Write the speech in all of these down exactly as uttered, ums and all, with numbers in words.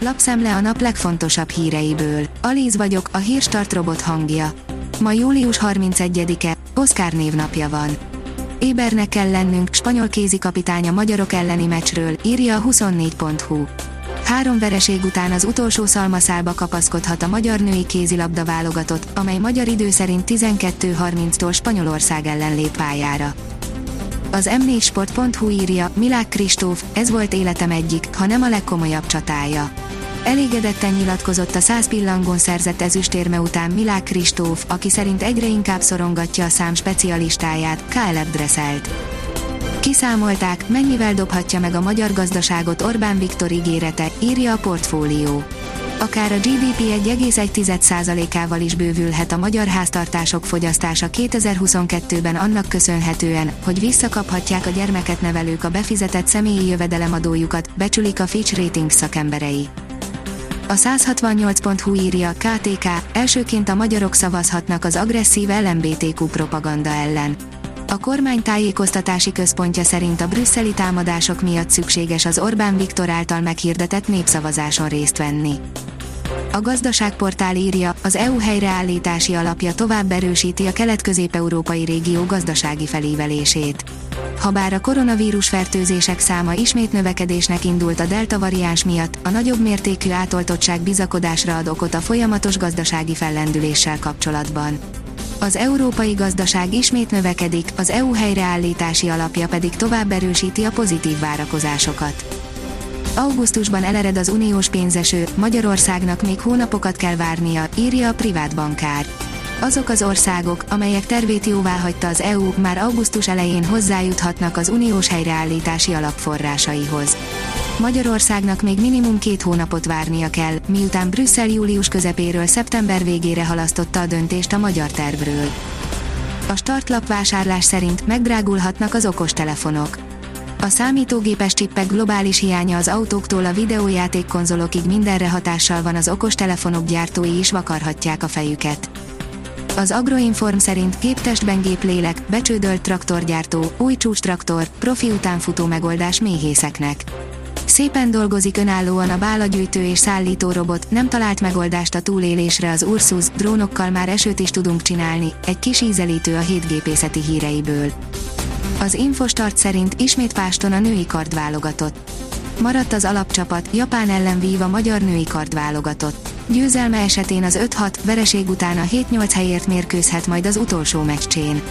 Lapszemle a nap legfontosabb híreiből. Alíz vagyok, a Hírstart robot hangja. Ma július harmincegyedike, Oszkár névnapja van. Ébernek kell lennünk, spanyol kézikapitány a magyarok elleni meccsről, írja a huszonnégy pont hu. Három vereség után az utolsó szalmaszálba kapaszkodhat a magyar női kézilabda válogatott, amely magyar idő szerint tizenkettő harminctól Spanyolország ellen lép pályára. Az em négy sport pont hu írja, Milák Kristóf, ez volt életem egyik, ha nem a legkomolyabb csatája. Elégedetten nyilatkozott a száz pillangón szerzett ezüstérme után Milák Kristóf, aki szerint egyre inkább szorongatja a szám specialistáját, ká el ef Dresselt. Kiszámolták, mennyivel dobhatja meg a magyar gazdaságot Orbán Viktor ígérete, írja a Portfólió. Akár a gé dé pé egy egész egy százalékával is bővülhet a magyar háztartások fogyasztása kétezer-huszonkettőben annak köszönhetően, hogy visszakaphatják a gyermeket nevelők a befizetett személyi jövedelemadójukat, becsülik a Fitch Ratings szakemberei. A száz hatvannyolc pont hu írja, ká té ká, elsőként a magyarok szavazhatnak az agresszív el em bé té kú propaganda ellen. A kormány tájékoztatási központja szerint a brüsszeli támadások miatt szükséges az Orbán Viktor által meghirdetett népszavazáson részt venni. A gazdaságportál írja, az é u helyreállítási alapja tovább erősíti a kelet-közép-európai régió gazdasági felívelését. Habár a koronavírus fertőzések száma ismét növekedésnek indult a delta variáns miatt, a nagyobb mértékű átoltottság bizakodásra ad okot a folyamatos gazdasági fellendüléssel kapcsolatban. Az európai gazdaság ismét növekedik, az é u helyreállítási alapja pedig tovább erősíti a pozitív várakozásokat. Augusztusban elered az uniós pénzeső, Magyarországnak még hónapokat kell várnia, írja a privát bankár. Azok az országok, amelyek tervét jóváhagyta az é u, már augusztus elején hozzájuthatnak az uniós helyreállítási alap forrásaihoz. Magyarországnak még minimum két hónapot várnia kell, miután Brüsszel július közepéről szeptember végére halasztotta a döntést a magyar tervről. A startlap vásárlás szerint megdrágulhatnak az okostelefonok. A számítógépes csippek globális hiánya az autóktól a videójátékkonzolokig mindenre hatással van, az okostelefonok gyártói is vakarhatják a fejüket. Az Agroinform szerint géptestben géplélek, becsődölt traktorgyártó, új csúcstraktor, profi utánfutó megoldás méhészeknek. Szépen dolgozik önállóan a bálagyűjtő és szállító robot, nem talált megoldást a túlélésre az Ursus, drónokkal már esőt is tudunk csinálni, egy kis ízelítő a hétgépészeti híreiből. Az Infostart szerint ismét páston a női kardválogatott. Maradt az alapcsapat, Japán ellen vív a magyar női kardválogatott. Győzelme esetén az öt hat, vereség után a hét nyolc helyért mérkőzhet majd az utolsó meccsén.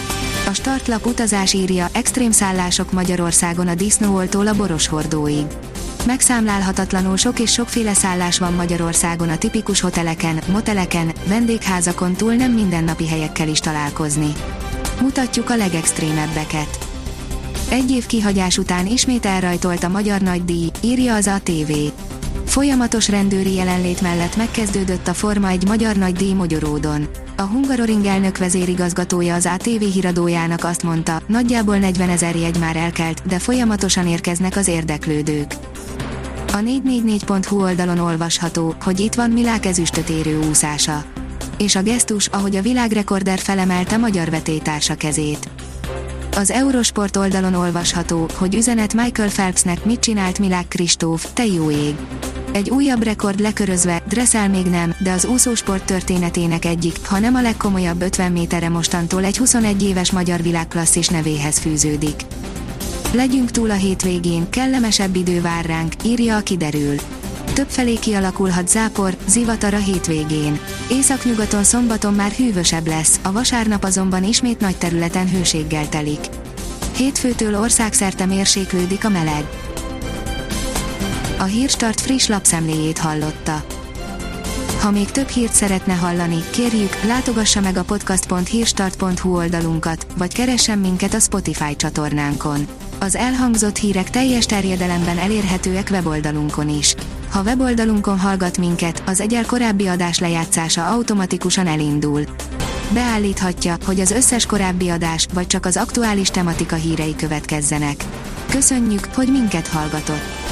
A startlap utazás írja, extrém szállások Magyarországon a disznóoltól a boroshordóig. Megszámlálhatatlanul sok és sokféle szállás van Magyarországon, a tipikus hoteleken, moteleken, vendégházakon túl nem mindennapi helyekkel is találkozni. Mutatjuk a legextrémebbeket. Egy év kihagyás után ismét elrajtolt a magyar nagydíj, írja az á té vé. Folyamatos rendőri jelenlét mellett megkezdődött a Forma egy magyar nagydíj Mogyoródon. A Hungaroring elnök vezérigazgatója az á té vé híradójának azt mondta, nagyjából negyvenezer jegy már elkelt, de folyamatosan érkeznek az érdeklődők. A négy négy négy pont hu oldalon olvasható, hogy itt van Milák ezüstöt érő úszása. És a gesztus, ahogy a világrekorder felemelte magyar vetélytársa kezét. Az Eurosport oldalon olvasható, hogy üzenet Michael Phelpsnek, mit csinált Milák Kristóf, te jó ég. Egy újabb rekord lekörözve, Dressel még nem, de az úszósport történetének egyik, ha nem a legkomolyabb ötven méterre mostantól egy huszonegy éves magyar világklasszis nevéhez fűződik. Legyünk túl a hétvégén, kellemesebb idő vár ránk, írja a Kiderül. Többfelé kialakulhat zápor, zivatar a hétvégén. Északnyugaton szombaton már hűvösebb lesz, a vasárnap azonban ismét nagy területen hőséggel telik. Hétfőtől országszerte mérséklődik a meleg. A Hírstart friss lapszemléjét hallotta. Ha még több hírt szeretne hallani, kérjük, látogassa meg a podcast pont hírstart pont hu oldalunkat, vagy keressen minket a Spotify csatornánkon. Az elhangzott hírek teljes terjedelemben elérhetőek weboldalunkon is. Ha weboldalunkon hallgat minket, az egyel korábbi adás lejátszása automatikusan elindul. Beállíthatja, hogy az összes korábbi adás, vagy csak az aktuális tematika hírei következzenek. Köszönjük, hogy minket hallgatott!